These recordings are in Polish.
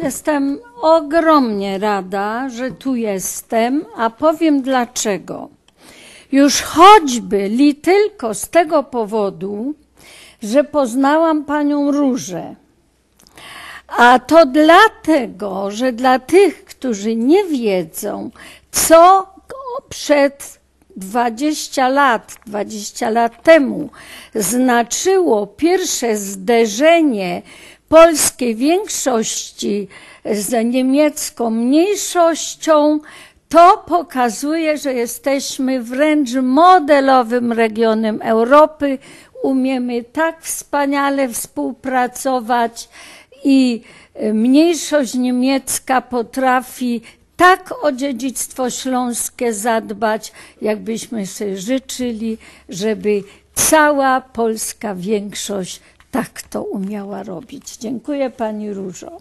Jestem ogromnie rada, że tu jestem, a powiem dlaczego. Już choćby tylko z tego powodu, że poznałam panią Różę. A to dlatego, że dla tych, którzy nie wiedzą, co przed 20 lat temu znaczyło pierwsze zderzenie polskiej większości z niemiecką mniejszością, to pokazuje, że jesteśmy wręcz modelowym regionem Europy. Umiemy tak wspaniale współpracować i mniejszość niemiecka potrafi tak o dziedzictwo śląskie zadbać, jakbyśmy sobie życzyli, żeby cała polska większość tak to umiała robić. Dziękuję pani Różo.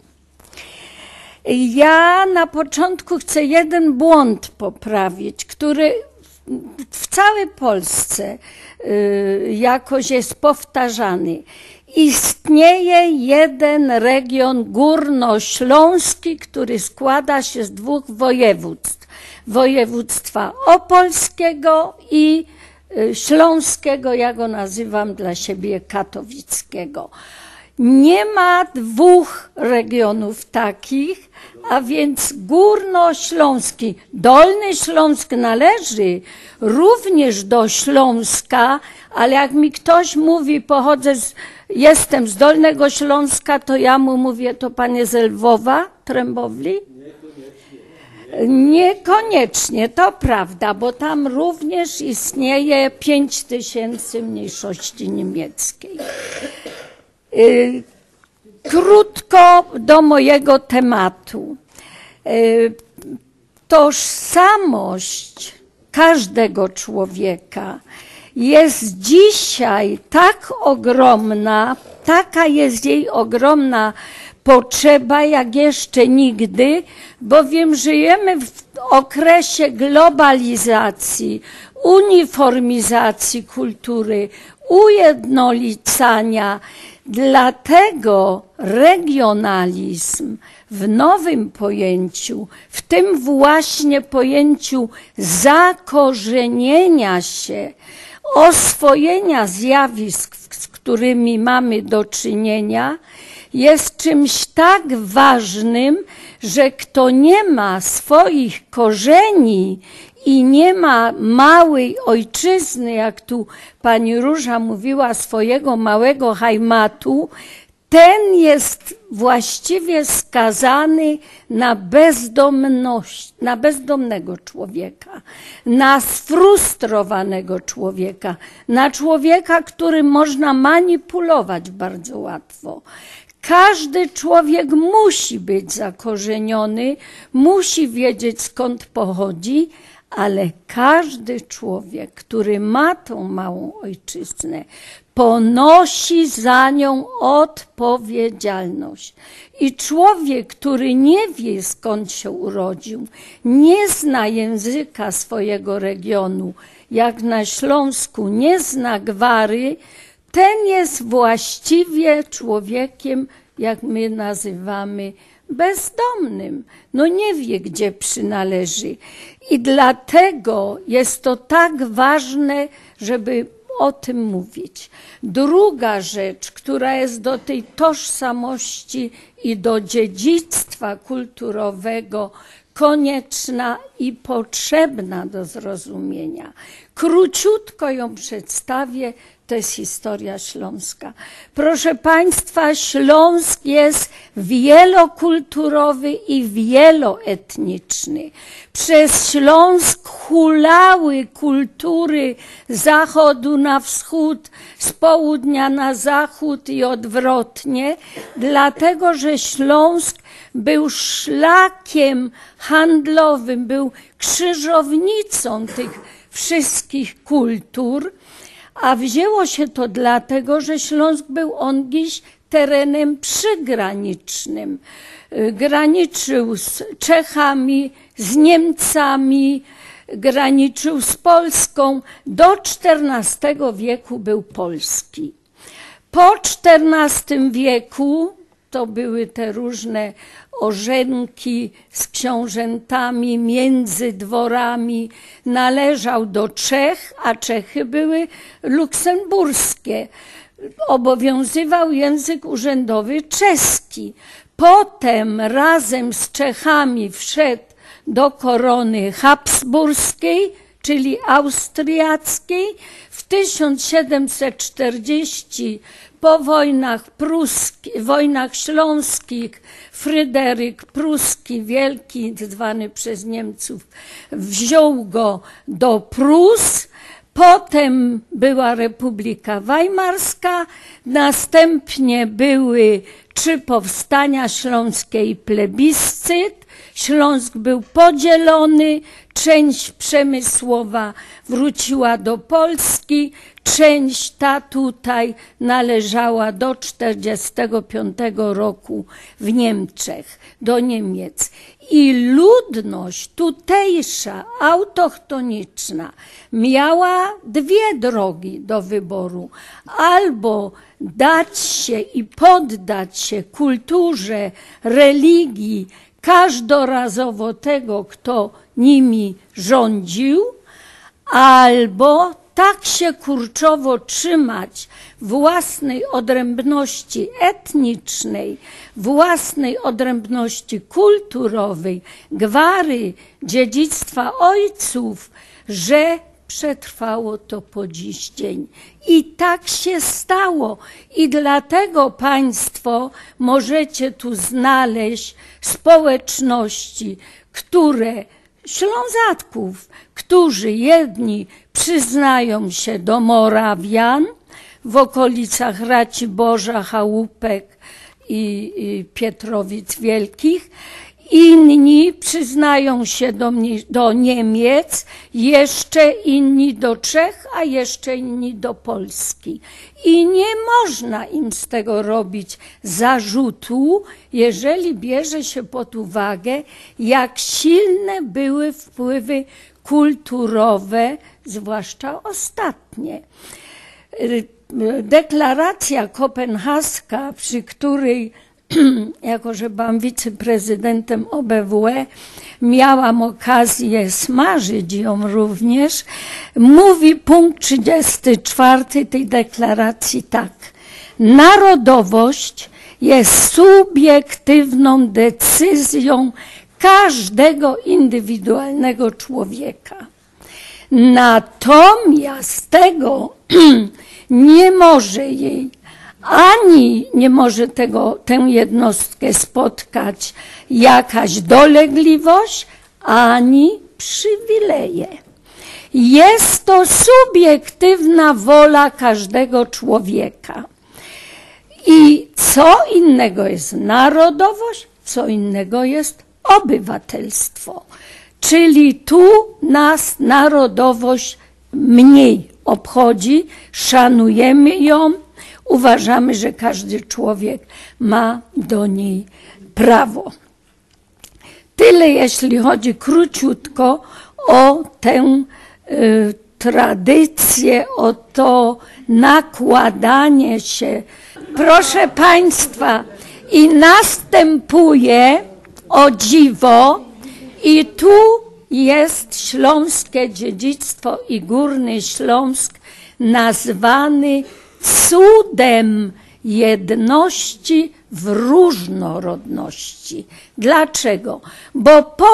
Ja na początku chcę jeden błąd poprawić, który w całej Polsce jakoś jest powtarzany. Istnieje jeden region górnośląski, który składa się z 2 województw. Województwa opolskiego i śląskiego, ja go nazywam dla siebie katowickiego. Nie ma 2 regionów takich, a więc górnośląski. Dolny Śląsk należy również do Śląska, ale jak mi ktoś mówi, jestem z Dolnego Śląska, to ja mu mówię, to pan jest z Lwowa, Trębowli? Niekoniecznie, to prawda, bo tam również istnieje 5000 mniejszości niemieckiej. Krótko do mojego tematu. Tożsamość każdego człowieka jest dzisiaj tak ogromna, taka jest jej ogromna potrzeba jak jeszcze nigdy, bowiem żyjemy w okresie globalizacji, uniformizacji kultury, ujednolicania. Dlatego regionalizm w nowym pojęciu, w tym właśnie pojęciu zakorzenienia się, oswojenia zjawisk, z którymi mamy do czynienia, jest czymś tak ważnym, że kto nie ma swoich korzeni i nie ma małej ojczyzny, jak tu pani Róża mówiła, swojego małego Heimatu, ten jest właściwie skazany na bezdomność, na bezdomnego człowieka, na sfrustrowanego człowieka, na człowieka, którym można manipulować bardzo łatwo. Każdy człowiek musi być zakorzeniony, musi wiedzieć, skąd pochodzi, ale każdy człowiek, który ma tą małą ojczyznę, ponosi za nią odpowiedzialność. I człowiek, który nie wie, skąd się urodził, nie zna języka swojego regionu, jak na Śląsku nie zna gwary, ten jest właściwie człowiekiem, jak my nazywamy, bezdomnym. No nie wie, gdzie przynależy. I dlatego jest to tak ważne, żeby o tym mówić. Druga rzecz, która jest do tej tożsamości i do dziedzictwa kulturowego konieczna i potrzebna do zrozumienia. Króciutko ją przedstawię. To jest historia Śląska. Proszę państwa, Śląsk jest wielokulturowy i wieloetniczny. Przez Śląsk hulały kultury z zachodu na wschód, z południa na zachód i odwrotnie, dlatego że Śląsk był szlakiem handlowym, był krzyżownicą tych wszystkich kultur. A wzięło się to dlatego, że Śląsk był ongiś terenem przygranicznym. Graniczył z Czechami, z Niemcami, graniczył z Polską. Do XIV wieku był polski. Po XIV wieku, to były te różne orzenki z książętami między dworami. Należał do Czech, a Czechy były luksemburskie. Obowiązywał język urzędowy czeski. Potem razem z Czechami wszedł do korony habsburskiej, czyli austriackiej. W 1740 po wojnach śląskich Fryderyk Pruski Wielki, zwany przez Niemców, wziął go do Prus. Potem była Republika Weimarska, następnie były 3 powstania śląskie i plebiscyt. Śląsk był podzielony, część przemysłowa wróciła do Polski, część ta tutaj należała do 1945 roku w Niemczech, do Niemiec. I ludność tutejsza, autochtoniczna miała 2 drogi do wyboru. Albo dać się i poddać się kulturze, religii, każdorazowo tego, kto nimi rządził, albo tak się kurczowo trzymać własnej odrębności etnicznej, własnej odrębności kulturowej, gwary, dziedzictwa ojców, że przetrwało to po dziś dzień. I tak się stało. I dlatego państwo możecie tu znaleźć społeczności, Ślązaków, którzy jedni przyznają się do Morawian w okolicach Raciborza, Chałupek i Pietrowic Wielkich, inni przyznają się do Niemiec, jeszcze inni do Czech, a jeszcze inni do Polski. I nie można im z tego robić zarzutu, jeżeli bierze się pod uwagę, jak silne były wpływy kulturowe, zwłaszcza ostatnie. Deklaracja kopenhaska, przy której jako że byłam wiceprezydentem OBWE, miałam okazję smażyć ją również, mówi punkt 34 tej deklaracji tak. Narodowość jest subiektywną decyzją każdego indywidualnego człowieka. Natomiast tego nie może jej ani nie może tę jednostkę spotkać jakaś dolegliwość, ani przywileje. Jest to subiektywna wola każdego człowieka. I co innego jest narodowość, co innego jest obywatelstwo. Czyli tu nas narodowość mniej obchodzi, szanujemy ją, uważamy, że każdy człowiek ma do niej prawo. Tyle, jeśli chodzi króciutko o tę tradycję, o to nakładanie się. Proszę Państwa, i następuje, o dziwo, i tu jest śląskie dziedzictwo i Górny Śląsk nazwany cudem jedności w różnorodności. Dlaczego? Bo po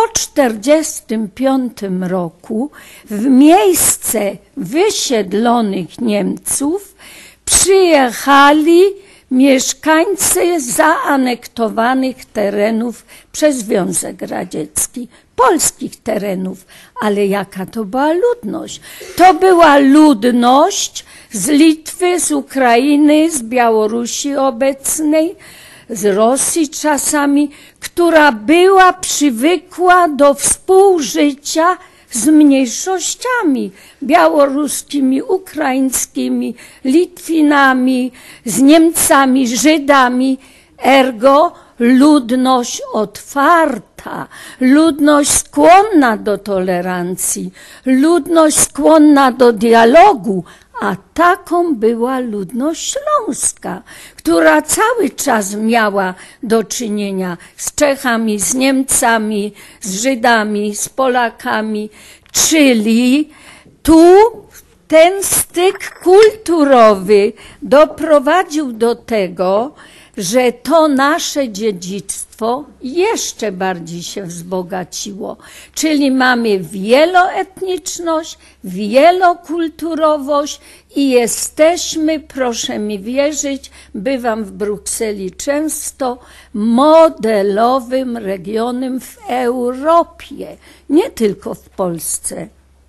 1945 roku w miejsce wysiedlonych Niemców przyjechali mieszkańcy zaanektowanych terenów przez Związek Radziecki, polskich terenów. Ale jaka to była ludność? To była ludność z Litwy, z Ukrainy, z Białorusi obecnej, z Rosji czasami, która była przywykła do współżycia z mniejszościami białoruskimi, ukraińskimi, Litwinami, z Niemcami, Żydami, ergo ludność otwarta, ludność skłonna do tolerancji, ludność skłonna do dialogu, A taką była ludność śląska, która cały czas miała do czynienia z Czechami, z Niemcami, z Żydami, z Polakami, czyli tu ten styk kulturowy doprowadził do tego, że to nasze dziedzictwo jeszcze bardziej się wzbogaciło. Czyli mamy wieloetniczność, wielokulturowość i jesteśmy, proszę mi wierzyć, bywam w Brukseli często, modelowym regionem w Europie, nie tylko w Polsce.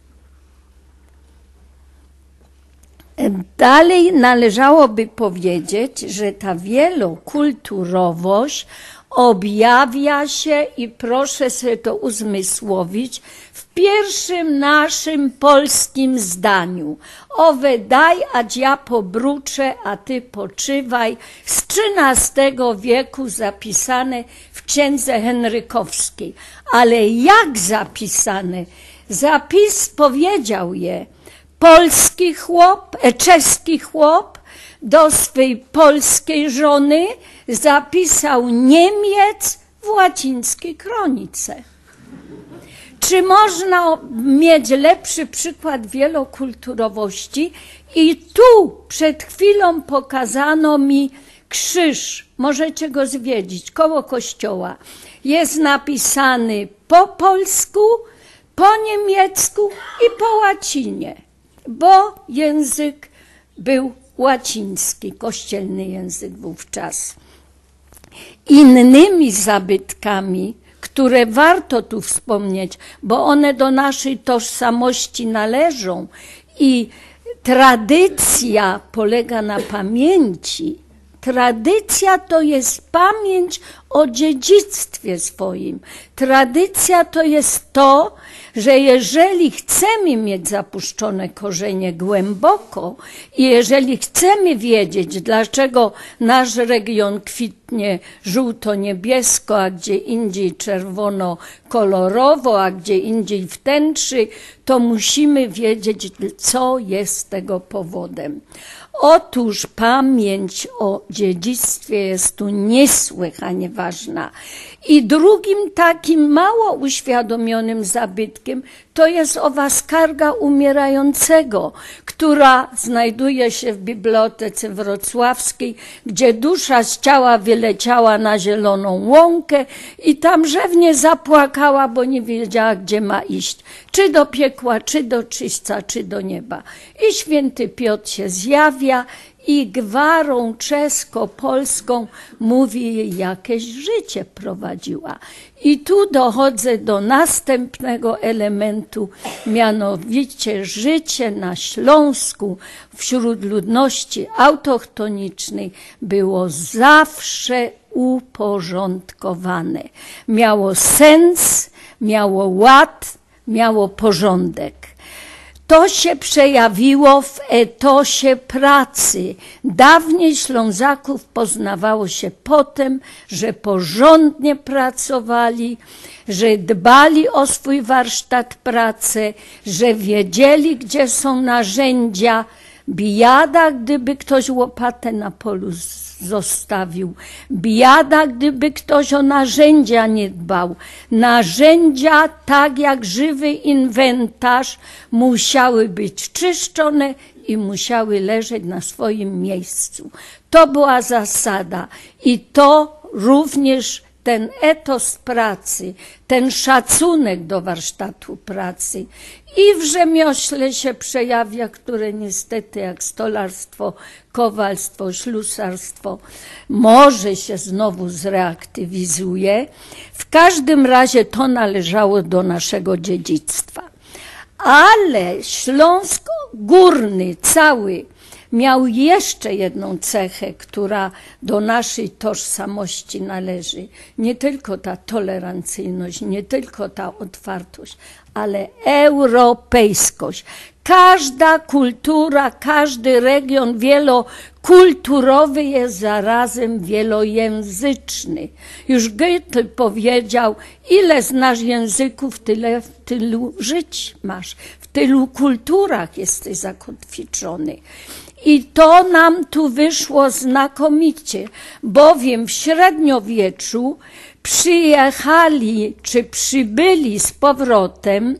Dalej należałoby powiedzieć, że ta wielokulturowość objawia się, i proszę sobie to uzmysłowić, w pierwszym naszym polskim zdaniu. Owe daj, ać ja pobruczę, a ty poczywaj, z XIII wieku zapisane w księdze henrykowskiej. Ale jak zapisane? Zapis powiedział je polski chłop, czeski chłop do swej polskiej żony zapisał Niemiec w łacińskiej kronice. Czy można mieć lepszy przykład wielokulturowości? I tu przed chwilą pokazano mi krzyż, możecie go zwiedzić, koło kościoła. Jest napisany po polsku, po niemiecku i po łacinie, bo język był łaciński, kościelny język wówczas. Innymi zabytkami, które warto tu wspomnieć, bo one do naszej tożsamości należą i tradycja polega na pamięci. Tradycja to jest pamięć o dziedzictwie swoim. Tradycja to jest to, że jeżeli chcemy mieć zapuszczone korzenie głęboko i jeżeli chcemy wiedzieć, dlaczego nasz region kwitnie żółto-niebiesko, a gdzie indziej czerwono-kolorowo, a gdzie indziej w tęczy, to musimy wiedzieć, co jest tego powodem. Otóż pamięć o dziedzictwie jest tu niesłychanie ważna. I drugim takim mało uświadomionym zabytkiem to jest owa skarga umierającego, która znajduje się w Bibliotece Wrocławskiej, gdzie dusza z ciała wyleciała na zieloną łąkę i tam rzewnie zapłakała, bo nie wiedziała, gdzie ma iść. Czy do piekła, czy do czyśćca, czy do nieba. I święty Piotr się zjawia i gwarą czesko-polską mówi jej, jakieś życie prowadziła. I tu dochodzę do następnego elementu, mianowicie życie na Śląsku wśród ludności autochtonicznej było zawsze uporządkowane. Miało sens, miało ład, miało porządek. To się przejawiło w etosie pracy. Dawniej Ślązaków poznawało się potem, że porządnie pracowali, że dbali o swój warsztat pracy, że wiedzieli, gdzie są narzędzia. Biada, gdyby ktoś łopatę na polu zostawił. Biada, gdyby ktoś o narzędzia nie dbał. Narzędzia, tak jak żywy inwentarz, musiały być czyszczone i musiały leżeć na swoim miejscu. To była zasada i to również ten etos pracy, ten szacunek do warsztatu pracy i w rzemiośle się przejawia, które niestety jak stolarstwo, kowalstwo, ślusarstwo może się znowu zreaktywizuje. W każdym razie to należało do naszego dziedzictwa. Ale Śląsk Górny cały miał jeszcze jedną cechę, która do naszej tożsamości należy. Nie tylko ta tolerancyjność, nie tylko ta otwartość, ale europejskość. Każda kultura, każdy region wielokulturowy jest zarazem wielojęzyczny. Już Goethe powiedział, ile znasz języków, tylu żyć masz. W tylu kulturach jesteś zakotwiczony. I to nam tu wyszło znakomicie, bowiem w średniowieczu przyjechali czy przybyli z powrotem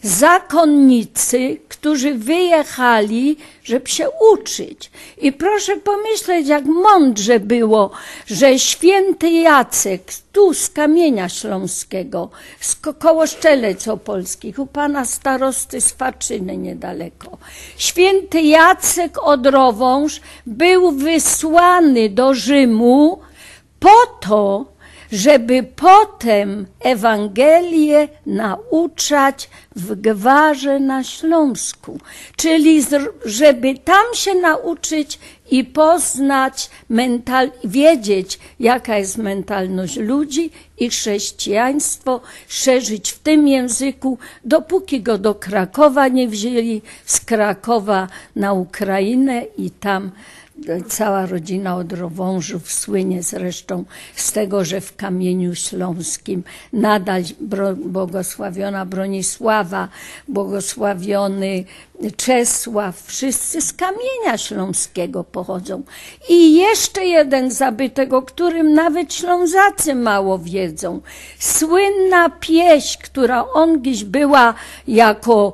zakonnicy, którzy wyjechali, żeby się uczyć. I proszę pomyśleć, jak mądrze było, że święty Jacek tu z Kamienia Śląskiego, koło Szczelec Opolskich, u pana starosty z Faczyny niedaleko, święty Jacek Odrowąż był wysłany do Rzymu po to, żeby potem Ewangelię nauczać w Gwarze na Śląsku. Czyli żeby tam się nauczyć i poznać, wiedzieć, jaka jest mentalność ludzi i chrześcijaństwo, szerzyć w tym języku, dopóki go do Krakowa nie wzięli, z Krakowa na Ukrainę i tam cała rodzina Odrowążów słynie zresztą z tego, że w Kamieniu Śląskim nadal błogosławiona Bronisława, błogosławiony Czesław, wszyscy z Kamienia Śląskiego pochodzą. I jeszcze jeden zabytek, o którym nawet Ślązacy mało wiedzą. Słynna pieśń, która ongiś była jako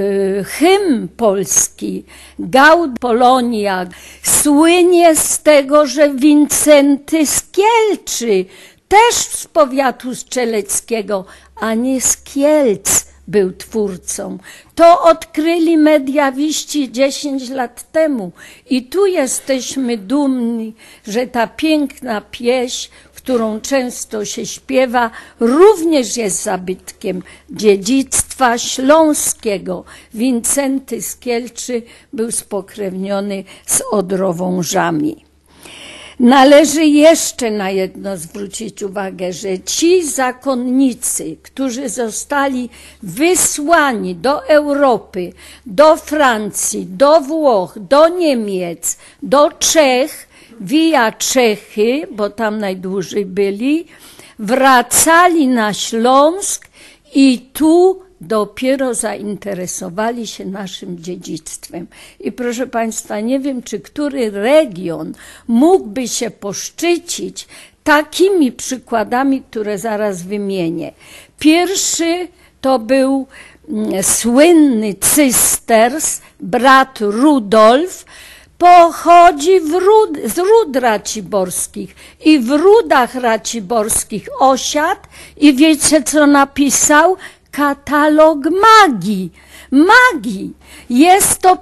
hymn polski, Gaud Polonia, słynie z tego, że Wincenty z Kielczy, też z powiatu strzeleckiego, a nie z Kielc, był twórcą. To odkryli mediawiści 10 lat temu i tu jesteśmy dumni, że ta piękna pieśń, którą często się śpiewa, również jest zabytkiem dziedzictwa śląskiego. Wincenty z Kielczy był spokrewniony z Odrowążami. Należy jeszcze na jedno zwrócić uwagę, że ci zakonnicy, którzy zostali wysłani do Europy, do Francji, do Włoch, do Niemiec, do Czech, via Czechy, bo tam najdłużej byli, wracali na Śląsk i tu dopiero zainteresowali się naszym dziedzictwem. I proszę Państwa, nie wiem, czy który region mógłby się poszczycić takimi przykładami, które zaraz wymienię. Pierwszy to był słynny Cysters, brat Rudolf, pochodzi z Rud Raciborskich i w Rudach Raciborskich osiadł i wiecie, co napisał? Katalog magii. Magii. Jest to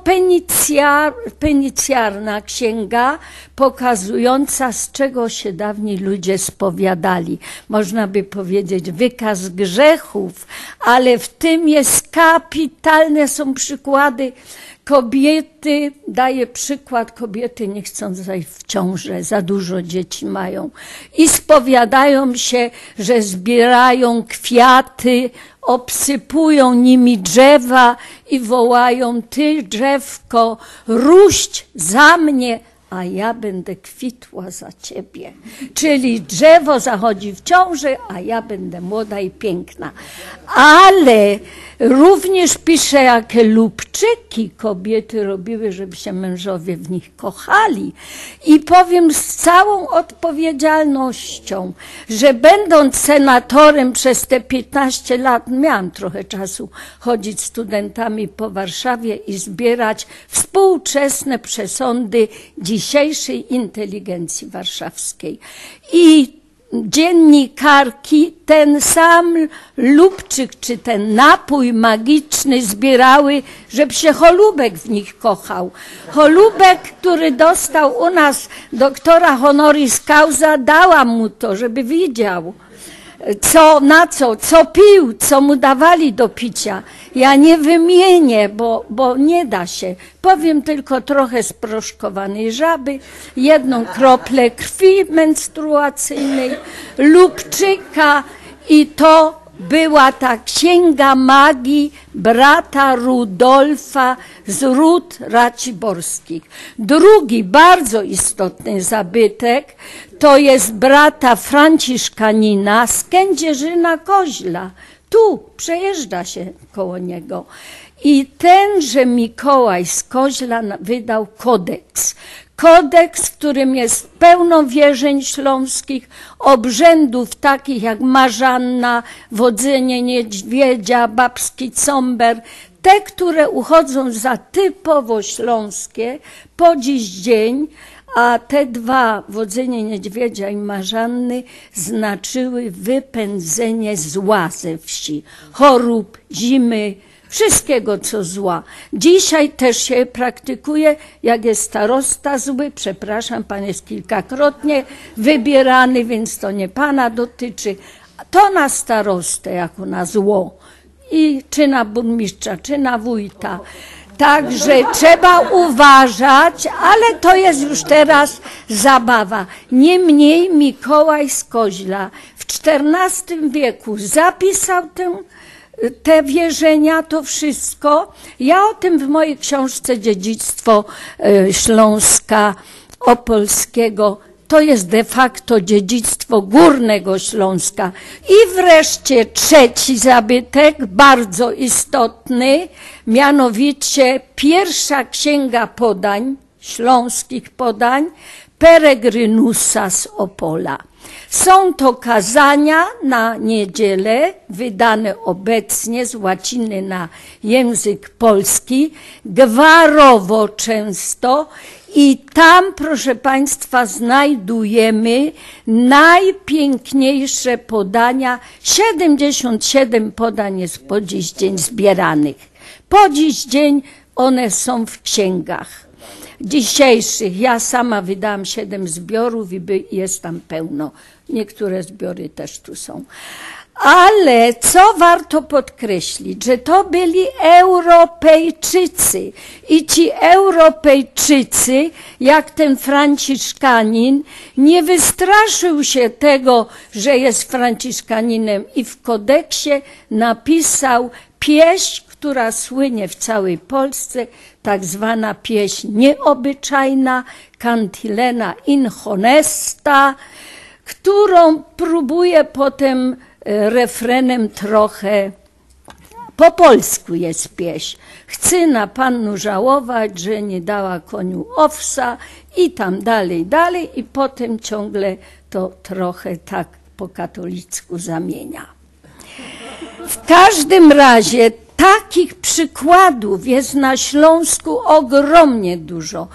penicjarna księga pokazująca, z czego się dawni ludzie spowiadali. Można by powiedzieć wykaz grzechów, ale w tym jest kapitalne, są przykłady. Kobiety, daję przykład, kobiety nie chcą zajść w ciążę, za dużo dzieci mają i spowiadają się, że zbierają kwiaty, obsypują nimi drzewa i wołają: ty drzewko, róść za mnie, a ja będę kwitła za ciebie. Czyli drzewo zachodzi w ciążę, a ja będę młoda i piękna. Ale również pisze, jakie lubczyki kobiety robiły, żeby się mężowie w nich kochali. I powiem z całą odpowiedzialnością, że będąc senatorem przez te 15 lat, miałam trochę czasu chodzić z studentami po Warszawie i zbierać współczesne przesądy dzisiejszej inteligencji warszawskiej. I dziennikarki ten sam lubczyk, czy ten napój magiczny zbierały, żeby się Holubek w nich kochał. Holubek, który dostał u nas doktora honoris causa, dała mu to, żeby widział, co pił, co mu dawali do picia. Ja nie wymienię, bo nie da się. Powiem tylko trochę sproszkowanej żaby, 1 kroplę krwi menstruacyjnej, lubczyka i to była ta księga magii brata Rudolfa z Rud Raciborskich. Drugi bardzo istotny zabytek to jest brata Franciszkanina z Kędzierzyna Koźla. Tu przejeżdża się koło niego. I tenże Mikołaj z Koźla wydał kodeks. Kodeks, w którym jest pełno wierzeń śląskich, obrzędów takich jak marzanna, wodzenie niedźwiedzia, babski comber, te, które uchodzą za typowo śląskie po dziś dzień, a te dwa, wodzenie niedźwiedzia i marzanny, znaczyły wypędzenie zła ze wsi, chorób, zimy, wszystkiego, co zła. Dzisiaj też się praktykuje, jak jest starosta zły, przepraszam, pan jest kilkakrotnie wybierany, więc to nie pana dotyczy, to na starostę jako na zło. I czy na burmistrza, czy na wójta. Także trzeba uważać, ale to jest już teraz zabawa. Niemniej Mikołaj z Koźla w XIV wieku zapisał te wierzenia, to wszystko. Ja o tym w mojej książce Dziedzictwo Śląska Opolskiego. To jest de facto dziedzictwo Górnego Śląska. I wreszcie trzeci zabytek, bardzo istotny, mianowicie pierwsza księga podań, śląskich podań, Peregrynusa z Opola. Są to kazania na niedzielę, wydane obecnie z łaciny na język polski, gwarowo często, i tam, proszę Państwa, znajdujemy najpiękniejsze podania. 77 podań jest po dziś dzień zbieranych. Po dziś dzień one są w księgach dzisiejszych. Ja sama wydałam 7 zbiorów i jest tam pełno. Niektóre zbiory też tu są. Ale co warto podkreślić, że to byli Europejczycy i ci Europejczycy, jak ten Franciszkanin, nie wystraszył się tego, że jest Franciszkaninem i w kodeksie napisał pieśń, która słynie w całej Polsce, tak zwana pieśń nieobyczajna, Cantilena inhonesta, którą próbuje potem refrenem trochę, po polsku jest pieśń. Chcę na pannu żałować, że nie dała koniu owsa i tam dalej, i potem ciągle to trochę tak po katolicku zamienia. W każdym razie takich przykładów jest na Śląsku ogromnie dużo.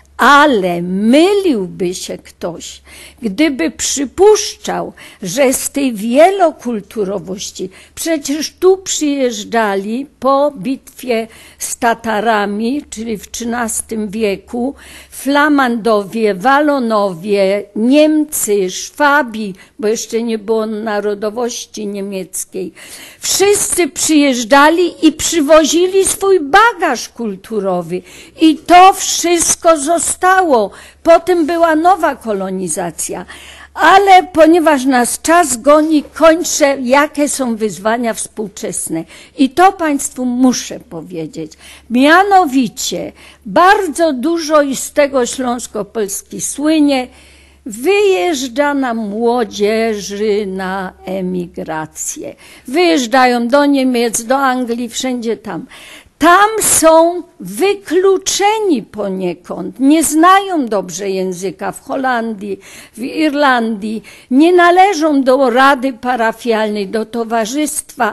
Ale myliłby się ktoś, gdyby przypuszczał, że z tej wielokulturowości, przecież tu przyjeżdżali po bitwie z Tatarami, czyli w XIII wieku, Flamandowie, Walonowie, Niemcy, Szwabi, bo jeszcze nie było narodowości niemieckiej. Wszyscy przyjeżdżali i przywozili swój bagaż kulturowy i to wszystko zostało. Potem była nowa kolonizacja. Ale ponieważ nas czas goni, kończę, jakie są wyzwania współczesne. I to Państwu muszę powiedzieć. Mianowicie, bardzo dużo i z tego Śląsko-Polski słynie, wyjeżdża nam młodzieży na emigrację. Wyjeżdżają do Niemiec, do Anglii, wszędzie tam. Tam są wykluczeni poniekąd, nie znają dobrze języka w Holandii, w Irlandii, nie należą do rady parafialnej, do towarzystwa,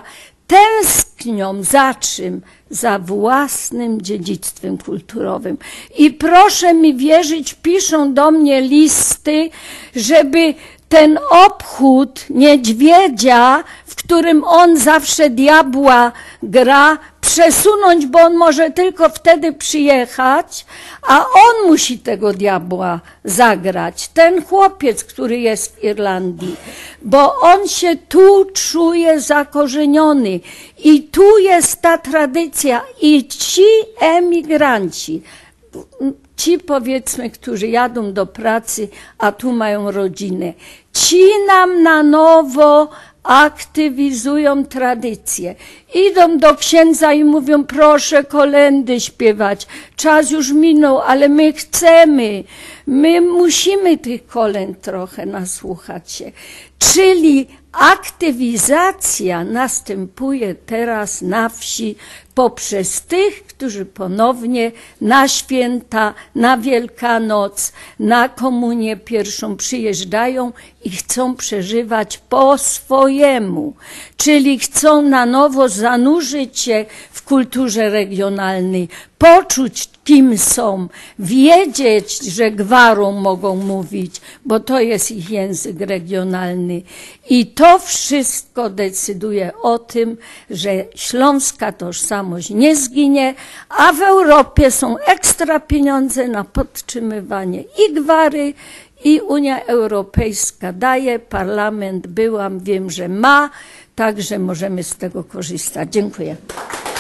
tęsknią za czym? Za własnym dziedzictwem kulturowym. I proszę mi wierzyć, piszą do mnie listy, żeby ten obchód niedźwiedzia, w którym on zawsze diabła gra, przesunąć, bo on może tylko wtedy przyjechać, a on musi tego diabła zagrać. Ten chłopiec, który jest w Irlandii, bo on się tu czuje zakorzeniony i tu jest ta tradycja i ci emigranci, ci powiedzmy, którzy jadą do pracy, a tu mają rodzinę, ci nam na nowo aktywizują tradycję. Idą do księdza i mówią, proszę kolędy śpiewać, czas już minął, ale my chcemy. My musimy tych kolęd trochę nasłuchać się. Czyli aktywizacja następuje teraz na wsi poprzez tych, którzy ponownie na święta, na Wielkanoc, na Komunię Pierwszą przyjeżdżają i chcą przeżywać po swojemu, czyli chcą na nowo zanurzyć się w kulturze regionalnej, poczuć, kim są, wiedzieć, że gwarą mogą mówić, bo to jest ich język regionalny. I to wszystko decyduje o tym, że śląska tożsamość nie zginie, a w Europie są ekstra pieniądze na podtrzymywanie i gwary, i Unia Europejska daje, parlament byłam, wiem, że ma, także możemy z tego korzystać. Dziękuję.